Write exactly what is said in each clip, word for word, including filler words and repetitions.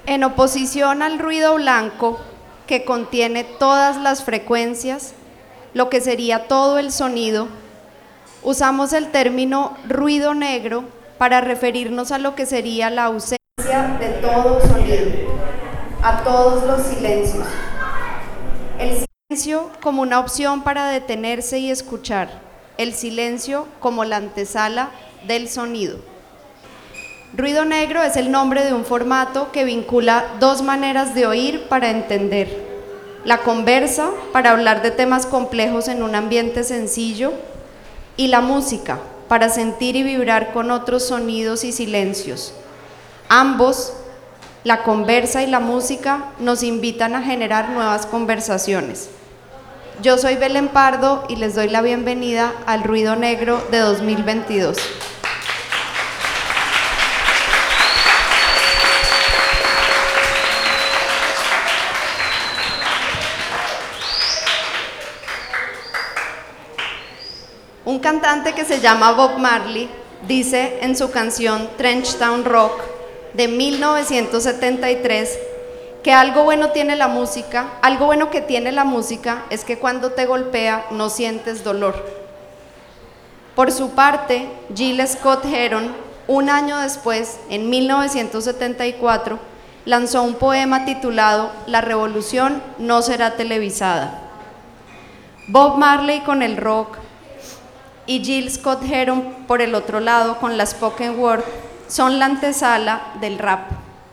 En oposición al ruido blanco, que contiene todas las frecuencias, lo que sería todo el sonido, usamos el término ruido negro para referirnos a lo que sería la ausencia de todo sonido, a todos los silencios. El silencio como una opción para detenerse y escuchar, el silencio como la antesala del sonido. Ruido negro es el nombre de un formato que vincula dos maneras de oír para entender: la conversa, para hablar de temas complejos en un ambiente sencillo, y la música, para sentir y vibrar con otros sonidos y silencios. Ambos, la conversa y la música, nos invitan a generar nuevas conversaciones. Yo soy Belén Pardo y les doy la bienvenida al Ruido Negro de dos mil veintidós. Un cantante que se llama Bob Marley dice en su canción Trenchtown Rock de mil novecientos setenta y tres que algo bueno tiene la música, algo bueno que tiene la música es que cuando te golpea no sientes dolor. Por su parte, Gil Scott-Heron, un año después, en mil novecientos setenta y cuatro, lanzó un poema titulado La revolución no será televisada. Bob Marley con el rock y Gil Scott-Heron por el otro lado con la spoken word son la antesala del rap.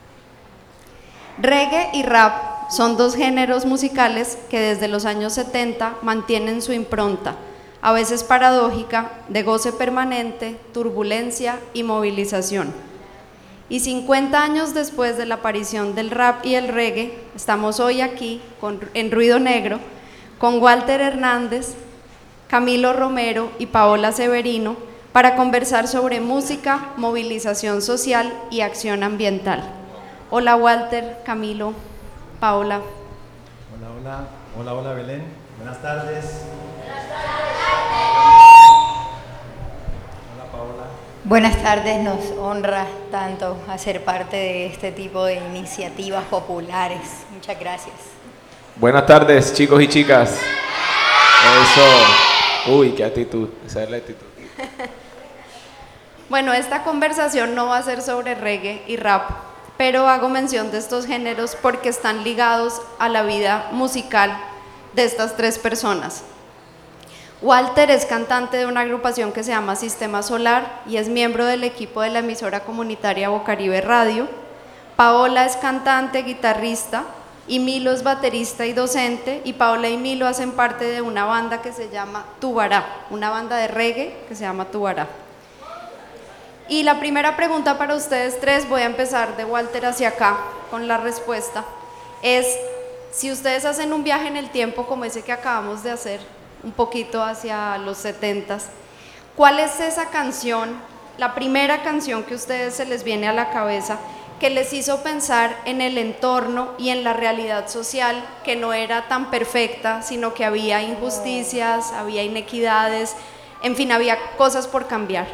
Reggae y rap son dos géneros musicales que desde los años setenta mantienen su impronta, a veces paradójica, de goce permanente, turbulencia y movilización. Y cincuenta años después de la aparición del rap y el reggae, estamos hoy aquí con, en Ruido Negro con Walter Hernández, Camilo Romero y Paola Severino para conversar sobre música, movilización social y acción ambiental. Hola Walter, Camilo, Paola. Hola, hola, hola, hola Belén. Buenas tardes. Buenas tardes. Hola Paola. Buenas tardes, nos honra tanto hacer parte de este tipo de iniciativas populares. Muchas gracias. Buenas tardes, chicos y chicas. Eso. Uy, qué actitud. Esa es la actitud. Bueno, esta conversación no va a ser sobre reggae y rap, pero hago mención de estos géneros porque están ligados a la vida musical de estas tres personas. Walter es cantante de una agrupación que se llama Sistema Solar y es miembro del equipo de la emisora comunitaria Bocaribe Radio. Paola es cantante, guitarrista, y Milo es baterista y docente, y Paola y Milo hacen parte de una banda que se llama Tubará, una banda de reggae que se llama Tubará. Y la primera pregunta para ustedes tres, voy a empezar de Walter hacia acá con la respuesta, es si ustedes hacen un viaje en el tiempo como ese que acabamos de hacer, un poquito hacia los setentas, ¿cuál es esa canción, la primera canción que a ustedes se les viene a la cabeza que les hizo pensar en el entorno y en la realidad social que no era tan perfecta, sino que había injusticias, había inequidades, en fin, había cosas por cambiar?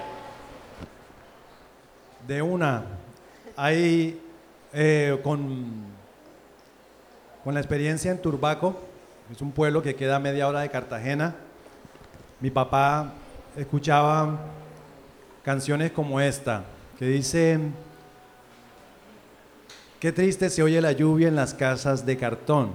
De una, hay eh, con, con la experiencia en Turbaco, es un pueblo que queda a media hora de Cartagena. Mi papá escuchaba canciones como esta, que dice: qué triste se oye la lluvia en las casas de cartón.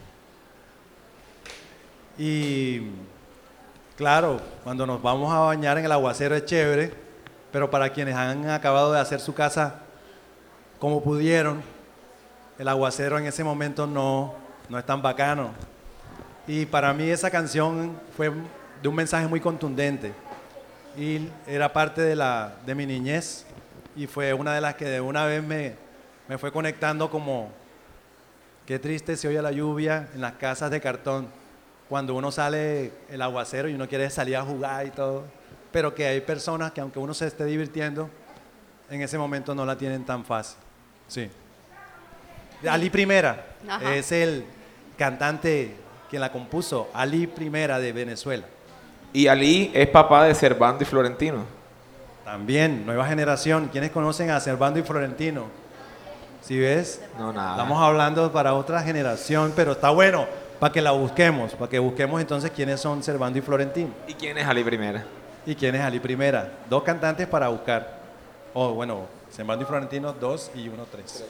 Y claro, cuando nos vamos a bañar en el aguacero es chévere, pero para quienes han acabado de hacer su casa como pudieron, el aguacero en ese momento no, no es tan bacano. Y para mí esa canción fue de un mensaje muy contundente y era parte de, la, de mi niñez y fue una de las que de una vez me, me fue conectando como qué triste se oye la lluvia en las casas de cartón cuando uno sale el aguacero y uno quiere salir a jugar y todo, pero que hay personas que aunque uno se esté divirtiendo, en ese momento no la tienen tan fácil. Sí. Ali Primera. Ajá. Es el cantante quien la compuso, Ali Primera de Venezuela. Y Ali es papá de Servando y Florentino. También, nueva generación. ¿Quiénes conocen a Servando y Florentino? ¿Sí ves? No, nada. Estamos hablando para otra generación, pero está bueno para que la busquemos, para que busquemos entonces quiénes son Servando y Florentino. ¿Y quién es Ali Primera? ¿Y quién es Ali Primera? Dos cantantes para buscar. O bueno, Servando y Florentino, dos y uno, tres.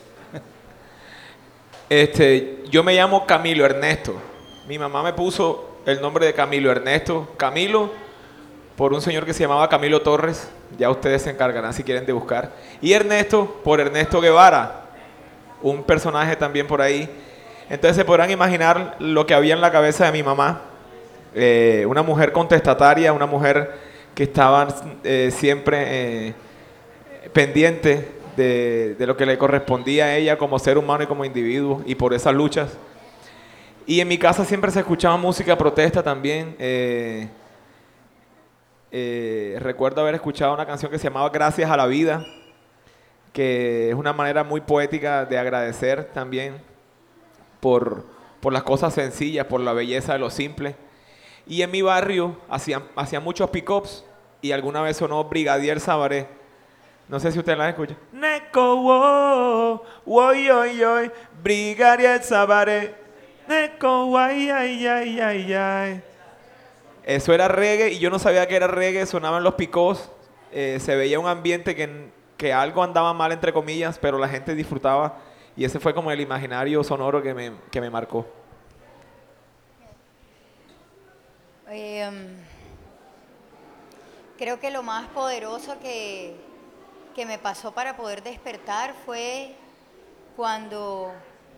Este, yo me llamo Camilo Ernesto. Mi mamá me puso el nombre de Camilo Ernesto. Camilo, por un señor que se llamaba Camilo Torres. Ya ustedes se encargarán si quieren de buscar. Y Ernesto, por Ernesto Guevara, un personaje también por ahí. Entonces se podrán imaginar lo que había en la cabeza de mi mamá. Eh, una mujer contestataria, una mujer que estaba eh, siempre eh, pendiente de, de lo que le correspondía a ella como ser humano y como individuo, y por esas luchas. Y en mi casa siempre se escuchaba música protesta también. Eh, eh, recuerdo haber escuchado una canción que se llamaba Gracias a la Vida, que es una manera muy poética de agradecer también por, por las cosas sencillas, por la belleza de lo simple. Y en mi barrio hacían, hacían muchos pick-ups y alguna vez sonó Brigadier Sabaré. No sé si ustedes la escuchan. Neko wo, wo yo yo, Brigadier Sabaré. Neko guay ay ay ay ay. Eso era reggae y yo no sabía que era reggae, sonaban los pick-ups, eh, se veía un ambiente que, que algo andaba mal entre comillas, pero la gente disfrutaba y ese fue como el imaginario sonoro que me, que me marcó. Eh, um, creo que lo más poderoso que, que me pasó para poder despertar fue cuando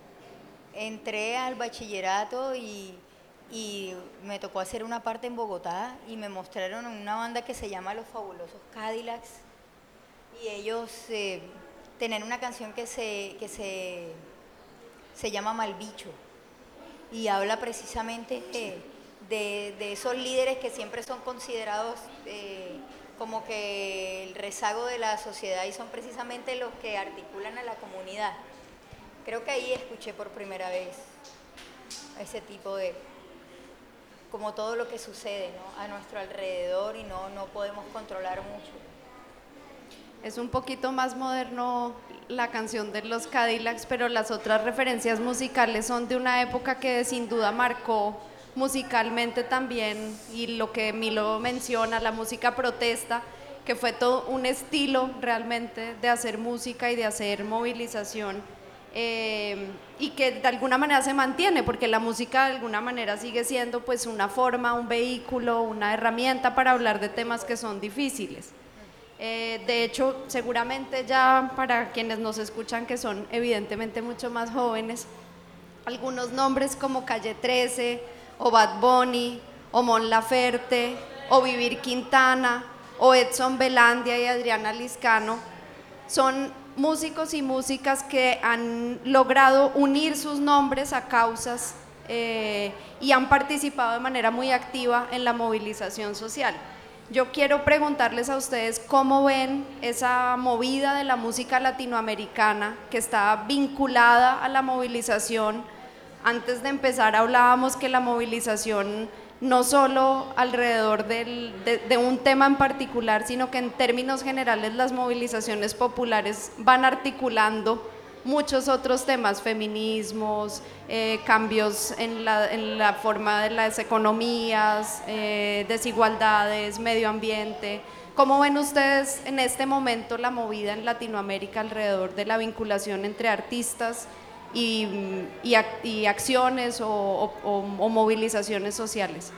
entré al bachillerato y, y me tocó hacer una parte en Bogotá y me mostraron una banda que se llama Los Fabulosos Cadillacs y ellos eh, tienen una canción que se, que se, se llama Malbicho y habla precisamente de, de, de esos líderes que siempre son considerados eh, como que el rezago de la sociedad y son precisamente los que articulan a la comunidad. Creo que ahí escuché por primera vez ese tipo de, como todo lo que sucede, ¿no?, a nuestro alrededor y no, no podemos controlar mucho. Es un poquito más moderno la canción de los Cadillacs, pero las otras referencias musicales son de una época que sin duda marcó musicalmente también, y lo que Milo menciona, la música protesta, que fue todo un estilo realmente de hacer música y de hacer movilización. Eh, y que de alguna manera se mantiene, porque la música de alguna manera sigue siendo pues una forma, un vehículo, una herramienta para hablar de temas que son difíciles. Eh, de hecho, seguramente ya para quienes nos escuchan, que son evidentemente mucho más jóvenes, algunos nombres como Calle trece, o Bad Bunny, o Mon Laferte, o Vivir Quintana, o Edson Belandia y Adriana Liscano, son músicos y músicas que han logrado unir sus nombres a causas eh, y han participado de manera muy activa en la movilización social. Yo quiero preguntarles a ustedes cómo ven esa movida de la música latinoamericana que está vinculada a la movilización. Antes de empezar hablábamos que la movilización no solo alrededor del, de, de un tema en particular, sino que en términos generales las movilizaciones populares van articulando muchos otros temas, feminismos, eh, cambios en la, en la forma de las economías, eh, desigualdades, medio ambiente. ¿Cómo ven ustedes en este momento la movida en Latinoamérica alrededor de la vinculación entre artistas y, y, y acciones o, o, o movilizaciones sociales?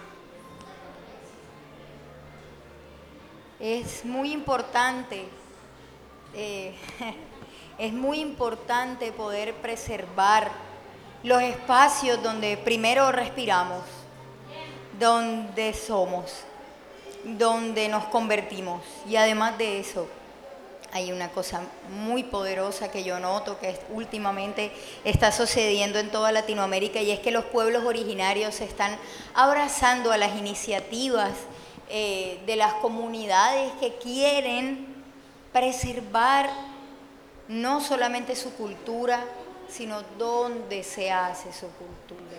Es muy importante, eh, es muy importante poder preservar los espacios donde primero respiramos, donde somos, donde nos convertimos. Y además de eso, hay una cosa muy poderosa que yo noto que últimamente está sucediendo en toda Latinoamérica, y es que los pueblos originarios se están abrazando a las iniciativas eh, de las comunidades que quieren preservar no solamente su cultura, sino dónde se hace su cultura.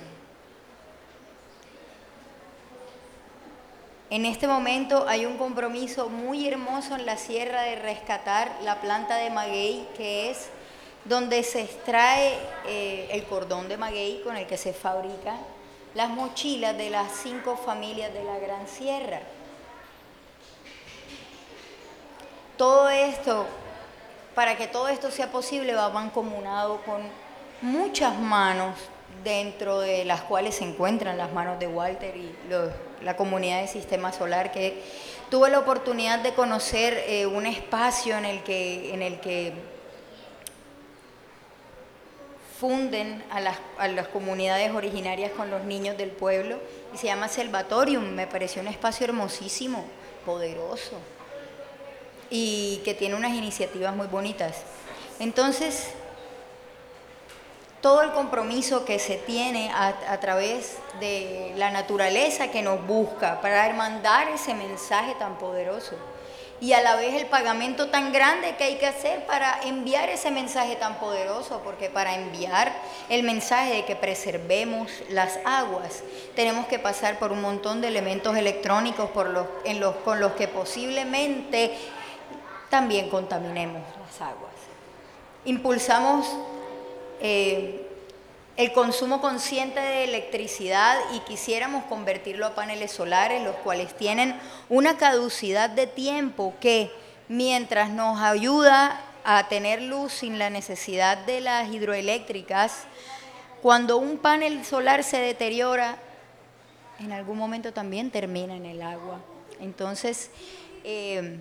En este momento hay un compromiso muy hermoso en la sierra de rescatar la planta de maguey, que es donde se extrae eh, el cordón de maguey con el que se fabrican las mochilas de las cinco familias de la Gran Sierra. Todo esto, para que todo esto sea posible, va mancomunado con muchas manos, dentro de las cuales se encuentran las manos de Walter y los, la comunidad de Sistema Solar, que tuve la oportunidad de conocer eh, un espacio en el que, en el que funden a las, a las comunidades originarias con los niños del pueblo, y se llama Selvatorium. Me pareció un espacio hermosísimo, poderoso, y que tiene unas iniciativas muy bonitas. Entonces, todo el compromiso que se tiene a, a través de la naturaleza que nos busca para mandar ese mensaje tan poderoso, y a la vez el pagamento tan grande que hay que hacer para enviar ese mensaje tan poderoso, porque para enviar el mensaje de que preservemos las aguas tenemos que pasar por un montón de elementos electrónicos por los, en los, con los que posiblemente también contaminemos las aguas. Impulsamos eh, el consumo consciente de electricidad y quisiéramos convertirlo a paneles solares, los cuales tienen una caducidad de tiempo que, mientras nos ayuda a tener luz sin la necesidad de las hidroeléctricas, cuando un panel solar se deteriora, en algún momento también termina en el agua. Entonces, eh,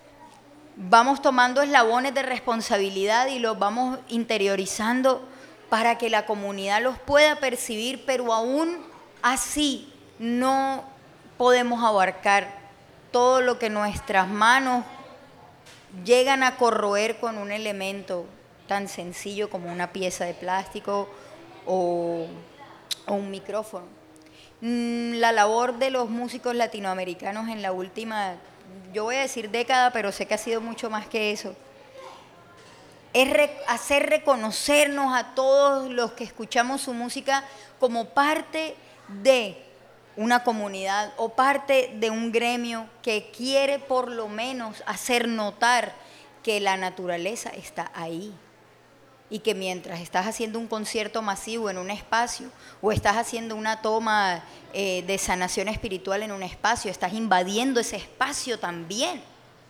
vamos tomando eslabones de responsabilidad y los vamos interiorizando para que la comunidad los pueda percibir, pero aún así no podemos abarcar todo lo que nuestras manos llegan a corroer con un elemento tan sencillo como una pieza de plástico o, o un micrófono. La labor de los músicos latinoamericanos en la última, yo voy a decir década, pero sé que ha sido mucho más que eso, es re, hacer reconocernos a todos los que escuchamos su música como parte de una comunidad o parte de un gremio que quiere por lo menos hacer notar que la naturaleza está ahí, y que mientras estás haciendo un concierto masivo en un espacio o estás haciendo una toma eh, de sanación espiritual en un espacio, estás invadiendo ese espacio también.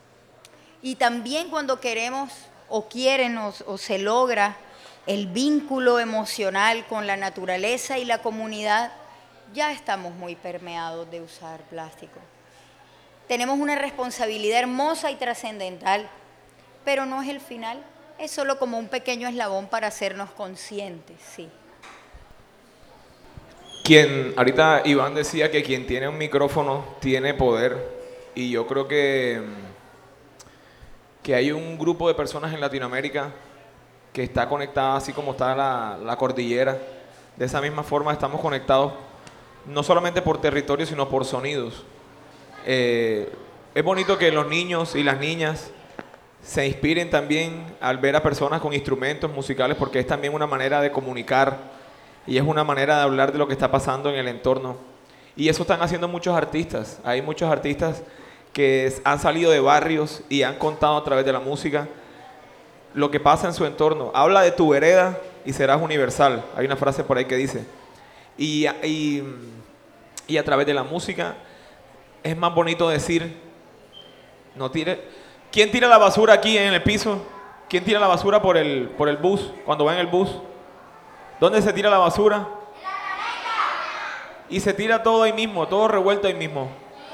Y también cuando queremos o quieren o, o se logra el vínculo emocional con la naturaleza y la comunidad, ya estamos muy permeados de usar plástico. Tenemos una responsabilidad hermosa y trascendental, pero no es el final, es solo como un pequeño eslabón para hacernos conscientes, sí. Quien, ahorita Iván decía que quien tiene un micrófono tiene poder, y yo creo que, que hay un grupo de personas en Latinoamérica que está conectada así como está la, la cordillera. De esa misma forma estamos conectados no solamente por territorio, sino por sonidos. Eh, es bonito que los niños y las niñas se inspiren también al ver a personas con instrumentos musicales, porque es también una manera de comunicar y es una manera de hablar de lo que está pasando en el entorno. Y eso están haciendo muchos artistas. Hay muchos artistas que han salido de barrios y han contado a través de la música lo que pasa en su entorno. Habla de tu vereda y serás universal. Hay una frase por ahí que dice. Y, y, y a través de la música es más bonito decir, no tire. ¿Quién tira la basura aquí en el piso? ¿Quién tira la basura por el, por el bus, cuando va en el bus? ¿Dónde se tira la basura? En la cabeza. Y se tira todo ahí mismo, todo revuelto ahí mismo.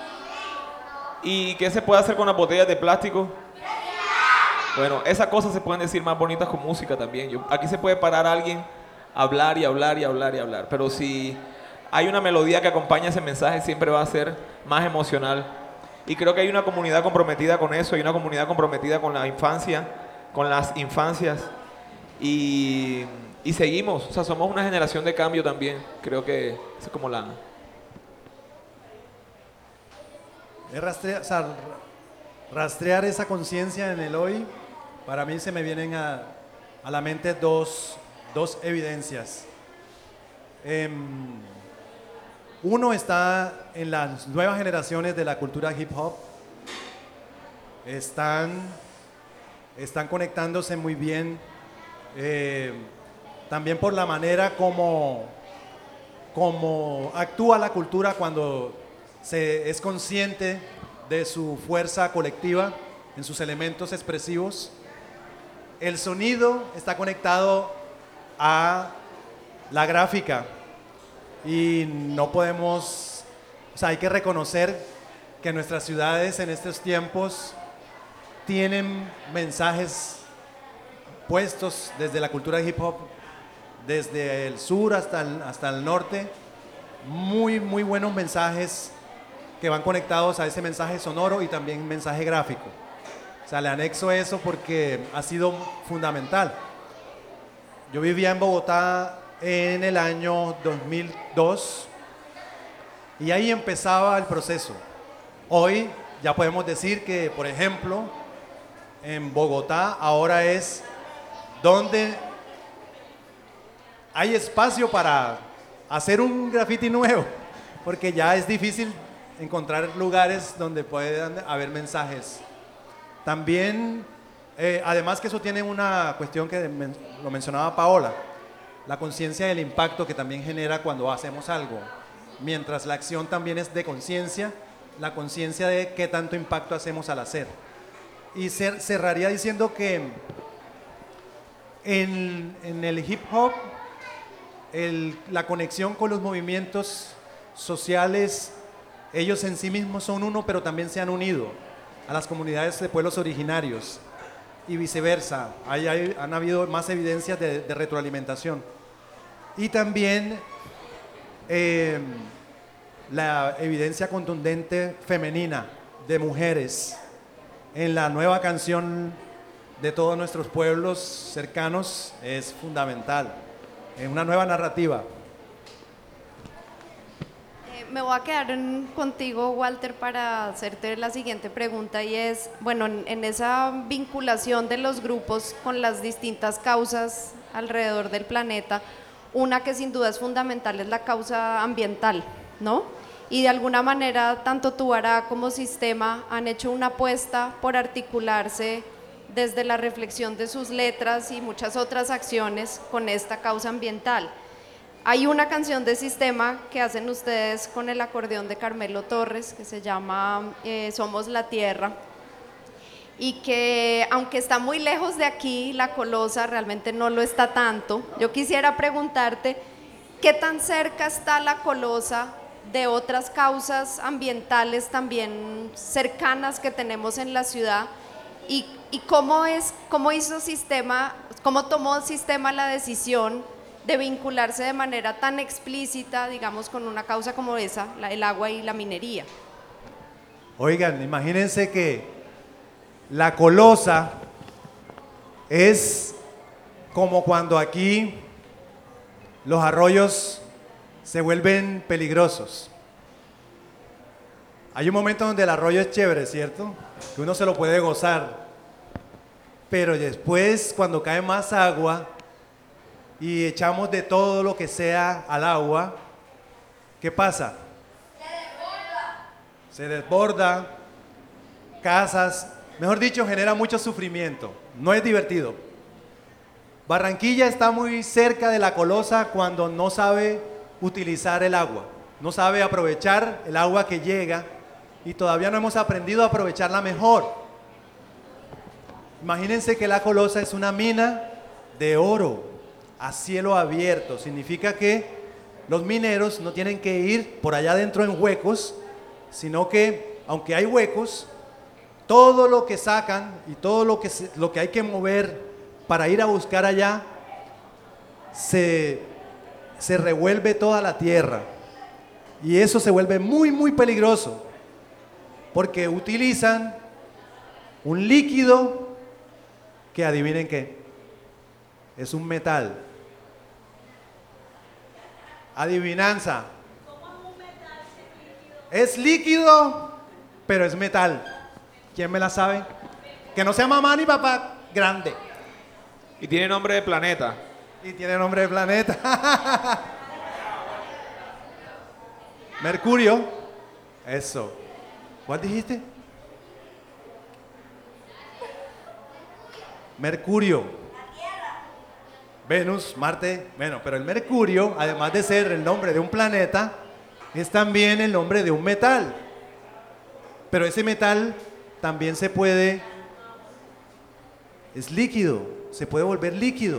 ¿Y qué se puede hacer con las botellas de plástico? Bueno, esas cosas se pueden decir más bonitas con música también. Yo, aquí se puede parar a alguien, hablar y hablar y hablar y hablar. Pero si hay una melodía que acompaña ese mensaje, siempre va a ser más emocional. Y creo que hay una comunidad comprometida con eso, hay una comunidad comprometida con la infancia, con las infancias. Y, y seguimos, o sea, somos una generación de cambio también. Creo que es como la... Es rastrear, o sea, rastrear esa conciencia en el hoy. Para mí se me vienen a, a la mente dos, dos evidencias. Eh, uno está en las nuevas generaciones de la cultura hip hop. Están, están conectándose muy bien eh, también por la manera como, como actúa la cultura cuando se es consciente de su fuerza colectiva en sus elementos expresivos. El sonido está conectado a la gráfica y no podemos, o sea, hay que reconocer que nuestras ciudades en estos tiempos tienen mensajes puestos desde la cultura de hip hop, desde el sur hasta el, hasta el norte, muy, muy buenos mensajes que van conectados a ese mensaje sonoro y también mensaje gráfico. O sea, le anexo eso porque ha sido fundamental. Yo vivía en Bogotá en el año dos mil dos y ahí empezaba el proceso. Hoy ya podemos decir que, por ejemplo, en Bogotá ahora es donde hay espacio para hacer un graffiti nuevo, porque ya es difícil encontrar lugares donde puedan haber mensajes. También, eh, además que eso tiene una cuestión que men- lo mencionaba Paola, la conciencia del impacto que también genera cuando hacemos algo. Mientras la acción también es de conciencia, la conciencia de qué tanto impacto hacemos al hacer. Y cer- cerraría diciendo que en, en el hip hop, el- la conexión con los movimientos sociales, ellos en sí mismos son uno, pero también se han unido a las comunidades de pueblos originarios y viceversa. Ahí hay- han habido más evidencias de, de retroalimentación. Y también eh, la evidencia contundente femenina de mujeres en la nueva canción de todos nuestros pueblos cercanos es fundamental, en una nueva narrativa. Eh, me voy a quedar en- contigo, Walter, para hacerte la siguiente pregunta y es, bueno, en, en esa vinculación de los grupos con las distintas causas alrededor del planeta, una que sin duda es fundamental es la causa ambiental, ¿no? Y de alguna manera, tanto Tubará como Sistema han hecho una apuesta por articularse desde la reflexión de sus letras y muchas otras acciones con esta causa ambiental. Hay una canción de Sistema que hacen ustedes con el acordeón de Carmelo Torres que se llama eh, Somos la Tierra, y que aunque está muy lejos de aquí, La Colosa realmente no lo está tanto. Yo quisiera preguntarte, ¿qué tan cerca está La Colosa de otras causas ambientales también cercanas que tenemos en la ciudad? ¿Y, y cómo, es, cómo hizo Sistema, cómo tomó Sistema la decisión de vincularse de manera tan explícita, digamos, con una causa como esa, la, el agua y la minería? Oigan, imagínense que La Colosa es como cuando aquí los arroyos se vuelven peligrosos. Hay un momento donde el arroyo es chévere, ¿cierto? Que uno se lo puede gozar. Pero después, cuando cae más agua y echamos de todo lo que sea al agua, ¿qué pasa? Se desborda, casas, mejor dicho, genera mucho sufrimiento. No es divertido. Barranquilla está muy cerca de La Colosa cuando no sabe utilizar el agua, no sabe aprovechar el agua que llega y todavía no hemos aprendido a aprovecharla mejor. Imagínense que La Colosa es una mina de oro a cielo abierto. Significa que los mineros no tienen que ir por allá adentro en huecos, sino que, aunque hay huecos, todo lo que sacan y todo lo que, se, lo que hay que mover para ir a buscar allá, se, se revuelve toda la tierra. Y eso se vuelve muy, muy peligroso, porque utilizan un líquido que, adivinen qué, es un metal. Adivinanza. Es líquido, pero es metal. ¿Quién me la sabe? Que no sea mamá ni papá, grande. Y tiene nombre de planeta. Y tiene nombre de planeta. Mercurio. Eso. ¿Cuál dijiste? Mercurio. Venus, Marte, bueno, pero el Mercurio, además de ser el nombre de un planeta, es también el nombre de un metal. Pero ese metal también se puede, es líquido, se puede volver líquido.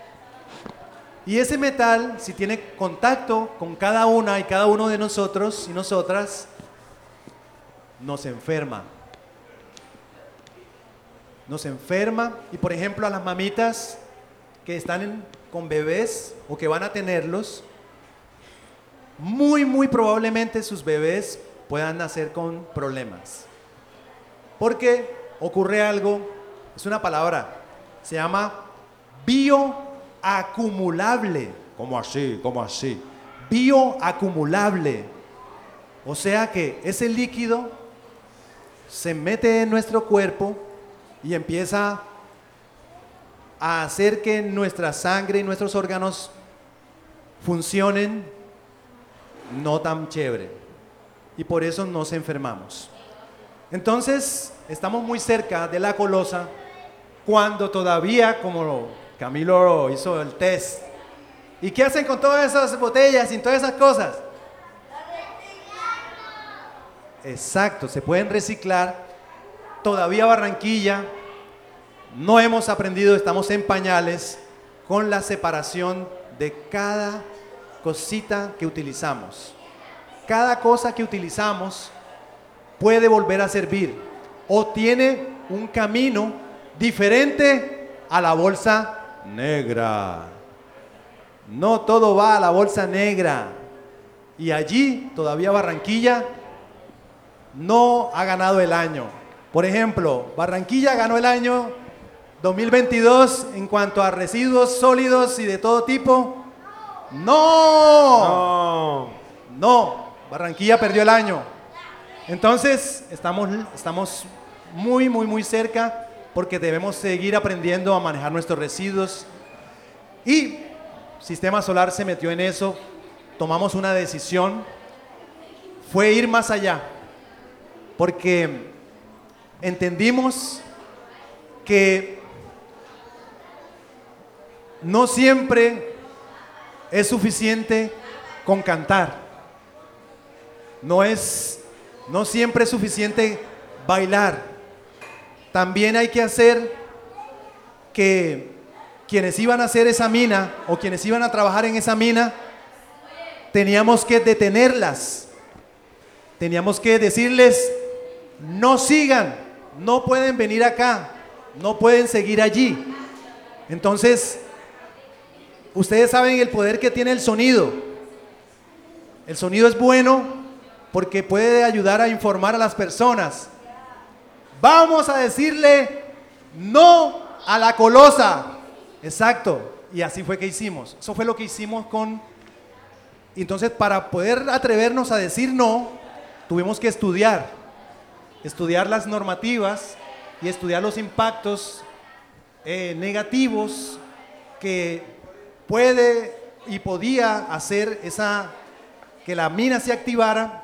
Y ese metal, si tiene contacto con cada una y cada uno de nosotros y nosotras, nos enferma. Nos enferma. Y por ejemplo a las mamitas que están en, con bebés o que van a tenerlos, muy muy probablemente sus bebés puedan nacer con problemas. Porque ocurre algo, es una palabra, se llama bioacumulable. ¿Cómo así? ¿Cómo así? Bioacumulable. O sea que ese líquido se mete en nuestro cuerpo y empieza a hacer que nuestra sangre y nuestros órganos funcionen no tan chévere. Y por eso nos enfermamos. Entonces, estamos muy cerca de la colosa cuando todavía, como Camilo hizo el test. ¿Y qué hacen con todas esas botellas y todas esas cosas? Exacto, se pueden reciclar. Todavía Barranquilla, no hemos aprendido, estamos en pañales con la separación de cada cosita que utilizamos. Cada cosa que utilizamos puede volver a servir o tiene un camino diferente a la bolsa negra. No todo va a la bolsa negra. Y allí todavía Barranquilla no ha ganado el año. Por ejemplo, Barranquilla ganó el año dos mil veintidós en cuanto a residuos sólidos y de todo tipo. ¡No! No. No, Barranquilla perdió el año. Entonces, estamos, estamos muy, muy, muy cerca porque debemos seguir aprendiendo a manejar nuestros residuos. Y Sistema Solar se metió en eso. Tomamos una decisión. Fue ir más allá. Porque entendimos que no siempre es suficiente con cantar. No es, no siempre es suficiente bailar. También hay que hacer que quienes iban a hacer esa mina o quienes iban a trabajar en esa mina, teníamos que detenerlas. Teníamos que decirles, no sigan, no pueden venir acá, no pueden seguir allí. Entonces, ustedes saben el poder que tiene el sonido. El sonido es bueno porque puede ayudar a informar a las personas. Vamos a decirle no a la colosa. Exacto. Y así fue que hicimos. Eso fue lo que hicimos con... Entonces, para poder atrevernos a decir no, tuvimos que estudiar. Estudiar las normativas y estudiar los impactos eh, negativos que puede y podía hacer esa, que la mina se activara.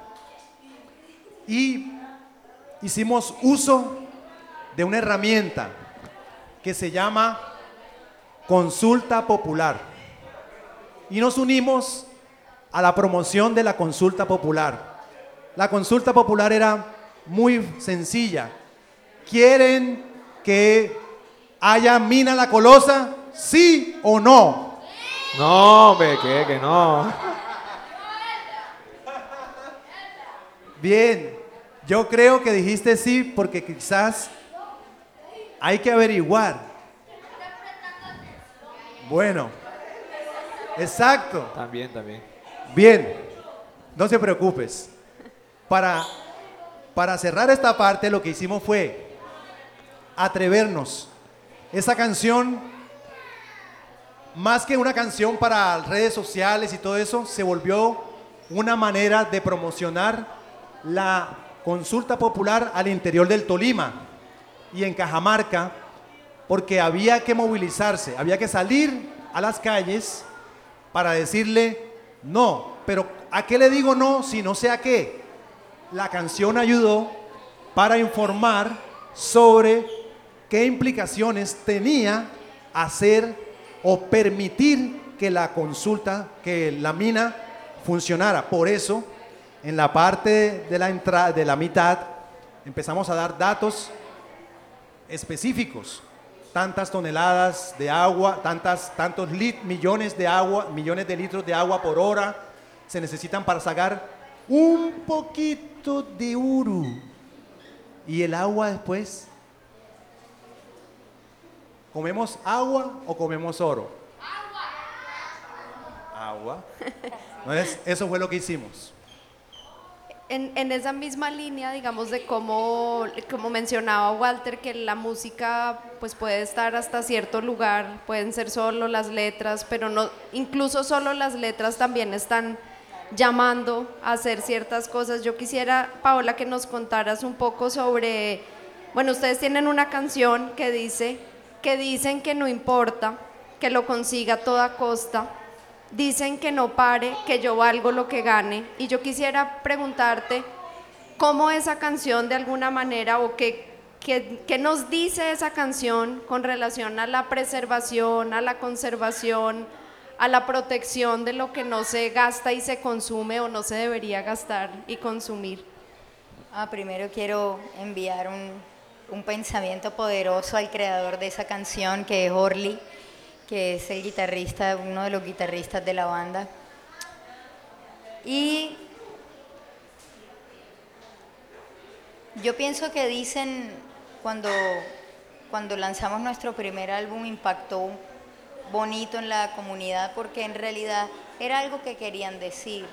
Y hicimos uso de una herramienta que se llama consulta popular. Y nos unimos a la promoción de la consulta popular. La consulta popular era muy sencilla. ¿Quieren que haya mina La Colosa? ¿Sí o no? No, hombre, que, que no. Bien, yo creo que dijiste sí porque quizás hay que averiguar. Bueno, exacto. También, también. Bien, no se preocupes. Para, para cerrar esta parte, lo que hicimos fue atrevernos. Esa canción, más que una canción para redes sociales y todo eso, se volvió una manera de promocionar la consulta popular al interior del Tolima y en Cajamarca, porque había que movilizarse, había que salir a las calles para decirle no. Pero ¿a qué le digo no si no sé a qué? La canción ayudó para informar sobre qué implicaciones tenía hacer o permitir que la consulta, que la mina funcionara. Por eso, en la parte de la entrada, de la mitad, empezamos a dar datos específicos. Tantas toneladas de agua, tantas, tantos lit, millones de agua, millones de litros de agua por hora se necesitan para sacar un poquito de uru. Y el agua después, ¿comemos agua o comemos oro? Agua. Agua. Entonces, eso fue lo que hicimos. En, en esa misma línea, digamos, de cómo, como mencionaba Walter, que la música pues puede estar hasta cierto lugar, pueden ser solo las letras, pero no, incluso solo las letras también están llamando a hacer ciertas cosas. Yo quisiera, Paola, que nos contaras un poco sobre, bueno, ustedes tienen una canción que dice, que dicen que no importa, que lo consiga a toda costa, dicen que no pare, que yo valgo lo que gane. Y yo quisiera preguntarte cómo esa canción de alguna manera, o qué, qué, qué nos dice esa canción con relación a la preservación, a la conservación, a la protección de lo que no se gasta y se consume o no se debería gastar y consumir. Ah, primero quiero enviar un, un pensamiento poderoso al creador de esa canción, que es Orly, que es el guitarrista, uno de los guitarristas de la banda. Y yo pienso que dicen, cuando, cuando lanzamos nuestro primer álbum, impactó bonito en la comunidad, porque en realidad era algo que querían decir.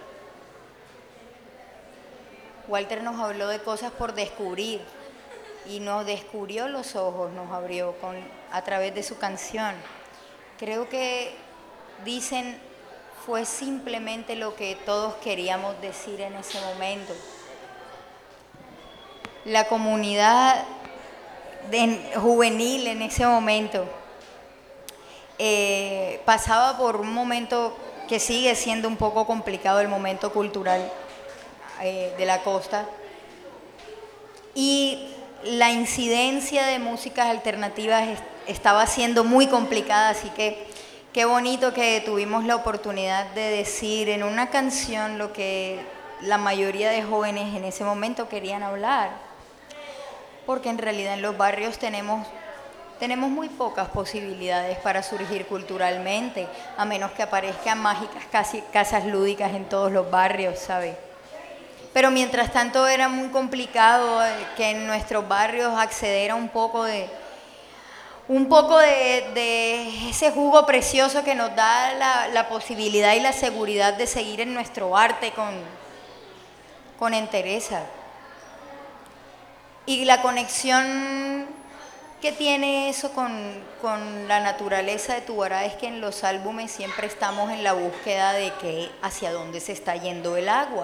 Walter nos habló de cosas por descubrir y nos descubrió los ojos, nos abrió con, a través de su canción. Creo que dicen fue simplemente lo que todos queríamos decir en ese momento. La comunidad de, juvenil en ese momento eh, pasaba por un momento que sigue siendo un poco complicado, el momento cultural eh, de la costa, y la incidencia de músicas alternativas es, estaba siendo muy complicada, así que qué bonito que tuvimos la oportunidad de decir en una canción lo que la mayoría de jóvenes en ese momento querían hablar, porque en realidad en los barrios tenemos, tenemos muy pocas posibilidades para surgir culturalmente, a menos que aparezcan mágicas casi, casas lúdicas en todos los barrios, ¿sabes? Pero mientras tanto era muy complicado que en nuestros barrios acceder a un poco de un poco de, de ese jugo precioso que nos da la, la posibilidad y la seguridad de seguir en nuestro arte con, con entereza. Y la conexión que tiene eso con, con la naturaleza de Tubará es que en los álbumes siempre estamos en la búsqueda de que hacia dónde se está yendo el agua.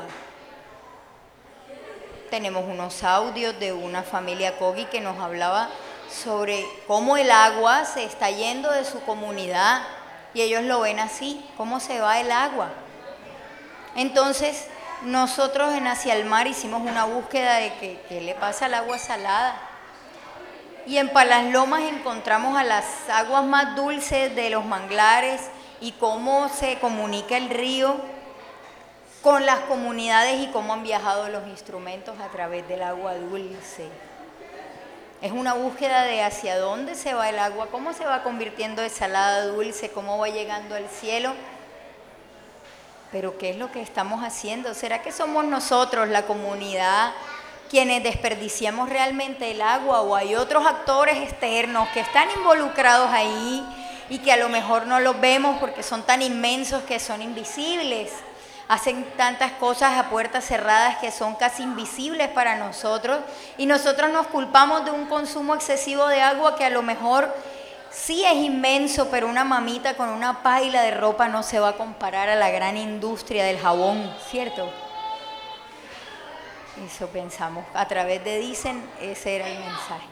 Tenemos unos audios de una familia Kogi que nos hablaba sobre cómo el agua se está yendo de su comunidad y ellos lo ven así, cómo se va el agua. Entonces nosotros en Hacia el Mar hicimos una búsqueda de que, qué le pasa al agua salada, y en Palaslomas encontramos a las aguas más dulces de los manglares y cómo se comunica el río con las comunidades y cómo han viajado los instrumentos a través del agua dulce. Es una búsqueda de hacia dónde se va el agua, cómo se va convirtiendo de salada a dulce, cómo va llegando al cielo. Pero ¿qué es lo que estamos haciendo? ¿Será que somos nosotros, la comunidad, quienes desperdiciamos realmente el agua, o hay otros actores externos que están involucrados ahí y que a lo mejor no los vemos porque son tan inmensos que son invisibles? Hacen tantas cosas a puertas cerradas que son casi invisibles para nosotros, y nosotros nos culpamos de un consumo excesivo de agua que a lo mejor sí es inmenso, pero una mamita con una paila de ropa no se va a comparar a la gran industria del jabón, ¿cierto? Eso pensamos. A través de Dicen, ese era el mensaje.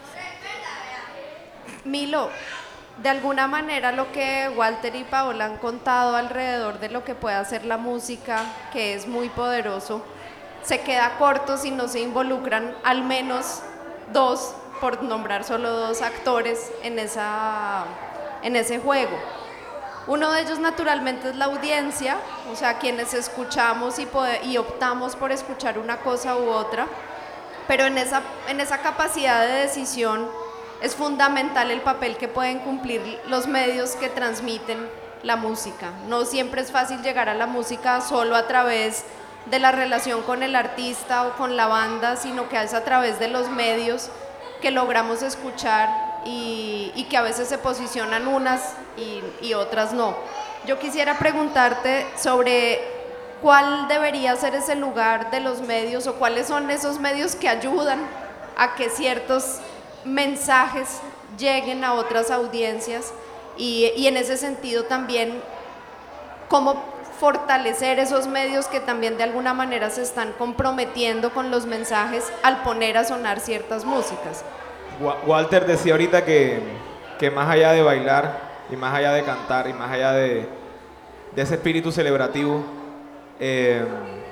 Milo, de alguna manera lo que Walter y Paola han contado alrededor de lo que puede hacer la música, que es muy poderoso, se queda corto si no se involucran al menos dos, por nombrar solo dos actores en, esa, en ese juego. Uno de ellos naturalmente es la audiencia, o sea, quienes escuchamos y, pode- y optamos por escuchar una cosa u otra, pero en esa, en esa capacidad de decisión es fundamental el papel que pueden cumplir los medios que transmiten la música. No siempre es fácil llegar a la música solo a través de la relación con el artista o con la banda, sino que es a través de los medios que logramos escuchar y, y que a veces se posicionan unas y, y otras no. Yo quisiera preguntarte sobre cuál debería ser ese lugar de los medios o cuáles son esos medios que ayudan a que ciertos mensajes lleguen a otras audiencias y, y en ese sentido también cómo fortalecer esos medios que también de alguna manera se están comprometiendo con los mensajes al poner a sonar ciertas músicas. Wa- Walter decía ahorita que, que más allá de bailar y más allá de cantar y más allá de, de ese espíritu celebrativo, eh,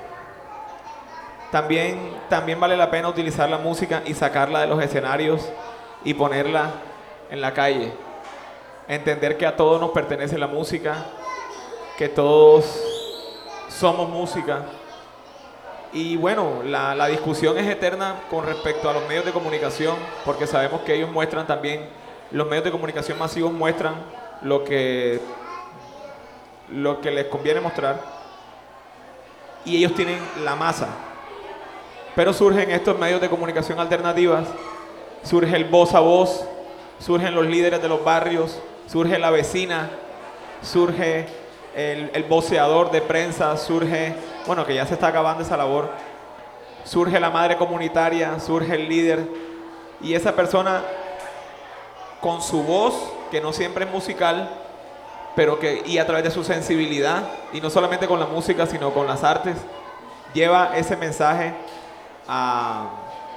también, también vale la pena utilizar la música y sacarla de los escenarios y ponerla en la calle. Entender que a todos nos pertenece la música, que todos somos música. Y bueno, la, la discusión es eterna con respecto a los medios de comunicación, porque sabemos que ellos muestran también, los medios de comunicación masivos muestran lo que, lo que les conviene mostrar, y ellos tienen la masa. Pero surgen estos medios de comunicación alternativas, surge el voz a voz, surgen los líderes de los barrios, surge la vecina, surge el, el voceador de prensa, surge, bueno, que ya se está acabando esa labor, surge la madre comunitaria, surge el líder, y esa persona con su voz, que no siempre es musical, pero que, y a través de su sensibilidad, y no solamente con la música, sino con las artes, lleva ese mensaje a,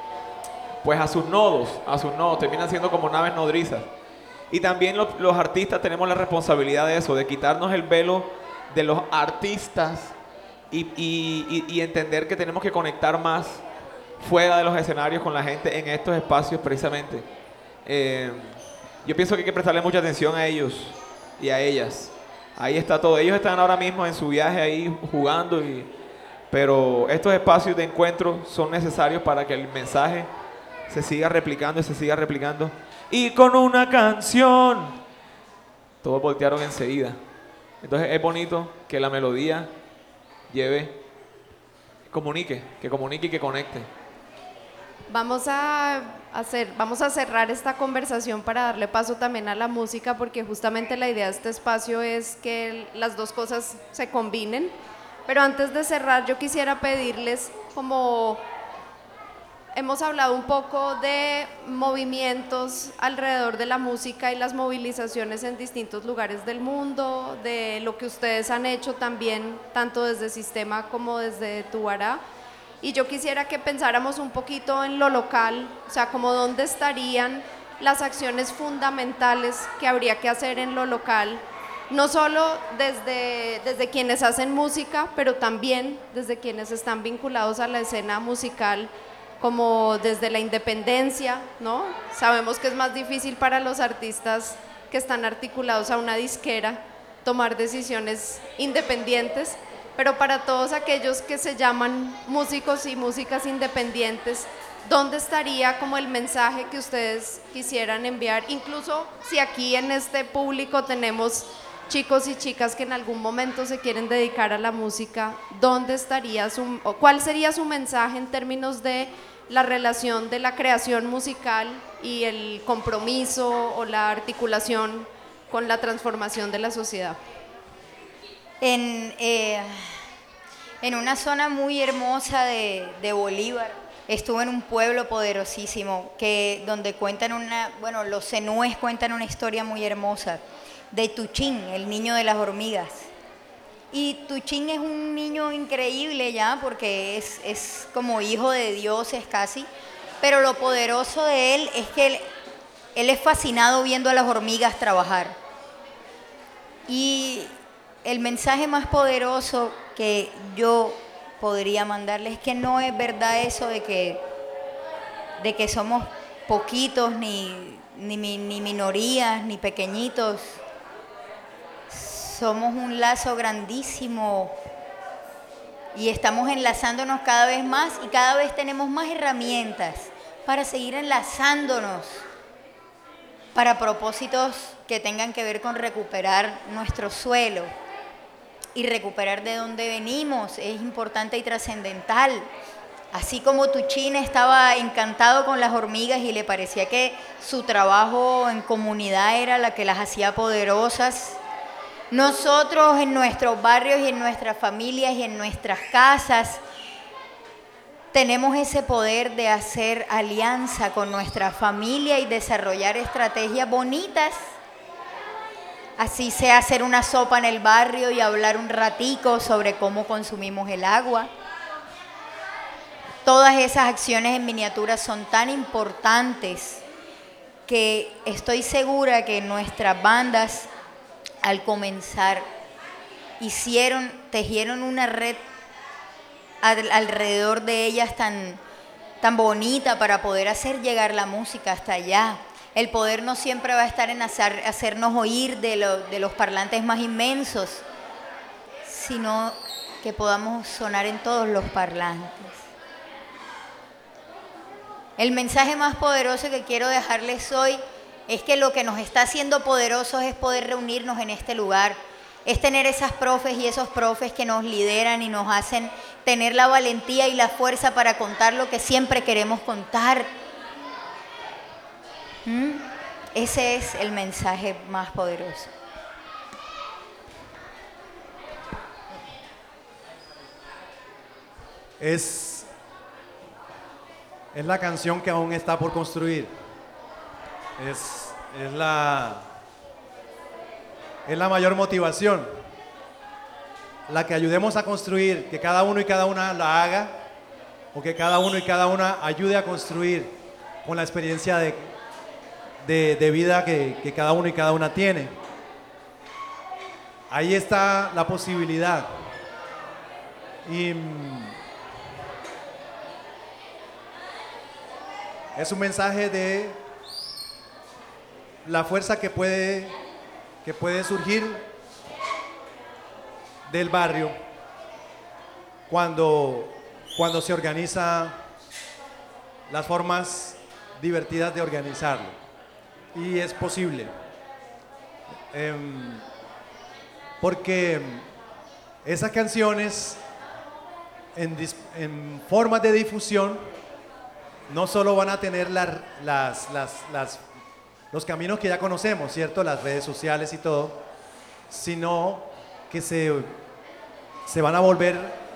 pues a sus nodos, a sus nodos, terminan siendo como naves nodrizas. Y también los, los artistas tenemos la responsabilidad de eso, de quitarnos el velo de los artistas y, y, y, y entender que tenemos que conectar más fuera de los escenarios con la gente en estos espacios precisamente. Eh, yo pienso que hay que prestarle mucha atención a ellos y a ellas. Ahí está todo. Ellos están ahora mismo en su viaje ahí jugando, y, pero estos espacios de encuentro son necesarios para que el mensaje se siga replicando y se siga replicando. Y con una canción, todos voltearon enseguida. Entonces es bonito que la melodía lleve, comunique, que comunique y que conecte. Vamos a hacer, vamos a cerrar esta conversación para darle paso también a la música, porque justamente la idea de este espacio es que las dos cosas se combinen. Pero antes de cerrar, yo quisiera pedirles, como hemos hablado un poco de movimientos alrededor de la música y las movilizaciones en distintos lugares del mundo, de lo que ustedes han hecho también, tanto desde Sistema como desde Tubará. Y yo quisiera que pensáramos un poquito en lo local, o sea, como dónde estarían las acciones fundamentales que habría que hacer en lo local, no solo desde, desde quienes hacen música, pero también desde quienes están vinculados a la escena musical, como desde la independencia, ¿no? Sabemos que es más difícil para los artistas que están articulados a una disquera tomar decisiones independientes, pero para todos aquellos que se llaman músicos y músicas independientes, ¿dónde estaría como el mensaje que ustedes quisieran enviar? Incluso si aquí en este público tenemos chicos y chicas que en algún momento se quieren dedicar a la música, ¿dónde estaría su, o cuál sería su mensaje en términos de la relación de la creación musical y el compromiso o la articulación con la transformación de la sociedad? En, eh, en una zona muy hermosa de, de Bolívar, estuve en un pueblo poderosísimo que, donde cuentan una, bueno, los zenúes cuentan una historia muy hermosa de Tuchín, el niño de las hormigas. Y Tuchín es un niño increíble ya, porque es, es como hijo de dioses casi, pero lo poderoso de él es que él, él es fascinado viendo a las hormigas trabajar. Y el mensaje más poderoso que yo podría mandarle es que no es verdad eso de que, de que somos poquitos, ni, ni, ni minorías, ni pequeñitos. somos un lazo grandísimo y estamos enlazándonos cada vez más y cada vez tenemos más herramientas para seguir enlazándonos para propósitos que tengan que ver con recuperar nuestro suelo y recuperar de dónde venimos. Es importante y trascendental. Así como Tuchin estaba encantado con las hormigas y le parecía que su trabajo en comunidad era la que las hacía poderosas, nosotros en nuestros barrios y en nuestras familias y en nuestras casas tenemos ese poder de hacer alianza con nuestra familia y desarrollar estrategias bonitas. Así sea hacer una sopa en el barrio y hablar un ratico sobre cómo consumimos el agua. Todas esas acciones en miniatura son tan importantes que estoy segura que nuestras bandas al comenzar hicieron, tejieron una red al, alrededor de ellas tan, tan bonita para poder hacer llegar la música hasta allá. El poder no siempre va a estar en hacer, hacernos oír de, lo, de los parlantes más inmensos, sino que podamos sonar en todos los parlantes. El mensaje más poderoso que quiero dejarles hoy es que lo que nos está haciendo poderosos es poder reunirnos en este lugar, es tener esas profes y esos profes que nos lideran y nos hacen tener la valentía y la fuerza para contar lo que siempre queremos contar. ¿Mm? Ese es el mensaje más poderoso. Es, es la canción que aún está por construir. Es, es, la, es la mayor motivación. La que ayudemos a construir, que cada uno y cada una la haga, o que cada uno y cada una ayude a construir con la experiencia de, de, de vida que, que cada uno y cada una tiene. Ahí está la posibilidad. Y es un mensaje de la fuerza que puede, que puede surgir del barrio cuando, cuando se organiza las formas divertidas de organizarlo. Y es posible. Eh, porque esas canciones en, en formas de difusión no solo van a tener la, las, las, las, los caminos que ya conocemos, ¿cierto? Las redes sociales y todo, sino que se, se van a volver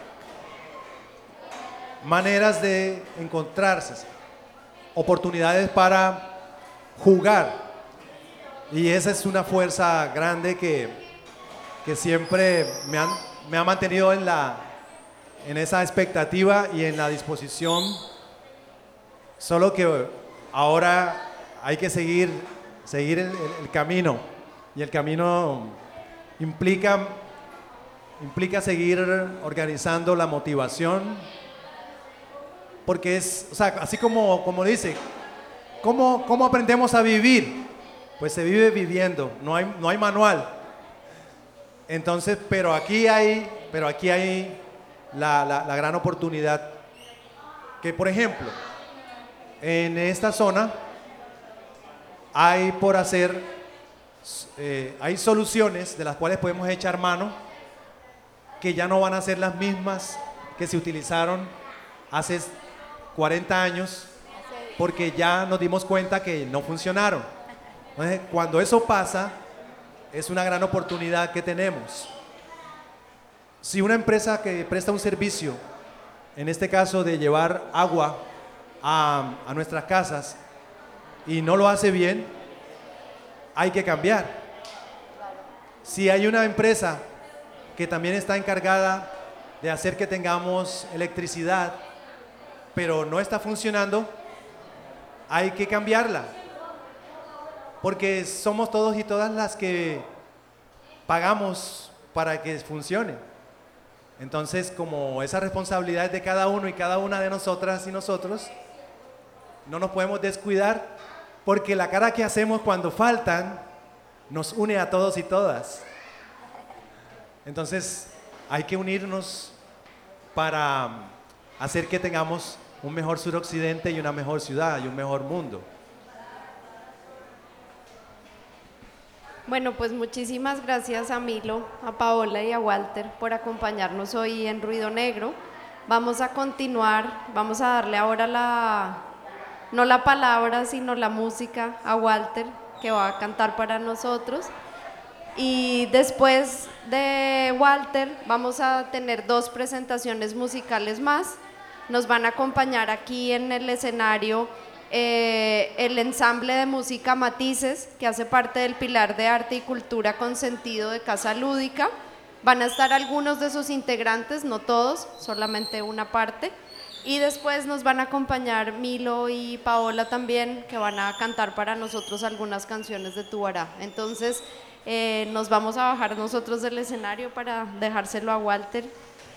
maneras de encontrarse, oportunidades para jugar. Y esa es una fuerza grande que, que siempre me, han, me ha mantenido en, la, en esa expectativa y en la disposición. Solo que ahora hay que seguir, seguir el, el, el camino, y el camino implica, implica seguir organizando la motivación, porque es, o sea, así como, como dice, ¿cómo, ¿cómo aprendemos a vivir? Pues se vive viviendo, no hay, no hay manual. Entonces, pero aquí hay, pero aquí hay la, la, la gran oportunidad, que por ejemplo, en esta zona hay por hacer, eh, hay soluciones de las cuales podemos echar mano que ya no van a ser las mismas que se utilizaron hace cuarenta años, porque ya nos dimos cuenta que no funcionaron. Entonces, cuando eso pasa, es una gran oportunidad que tenemos. Si una empresa que presta un servicio, en este caso de llevar agua A, a nuestras casas, y no lo hace bien, hay que cambiar. Si hay una empresa que también está encargada de hacer que tengamos electricidad, pero no está funcionando, hay que cambiarla, porque somos todos y todas las que pagamos para que funcione. Entonces, como esa responsabilidad es de cada uno y cada una de nosotras y nosotros, no nos podemos descuidar, porque la cara que hacemos cuando faltan nos une a todos y todas. Entonces hay que unirnos para hacer que tengamos un mejor suroccidente y una mejor ciudad y un mejor mundo. Bueno, pues muchísimas gracias a Milo, a Paola y a Walter por acompañarnos hoy en Ruido Negro. Vamos a continuar, vamos a darle ahora la, no la palabra, sino la música a Walter, que va a cantar para nosotros. Y después de Walter vamos a tener dos presentaciones musicales más. Nos van a acompañar aquí en el escenario eh, el ensamble de música Matices, que hace parte del pilar de arte y cultura con sentido de Casa Lúdica. Van a estar algunos de sus integrantes, no todos, solamente una parte. Y después nos van a acompañar Milo y Paola también, que van a cantar para nosotros algunas canciones de Tubará. Entonces eh, nos vamos a bajar nosotros del escenario para dejárselo a Walter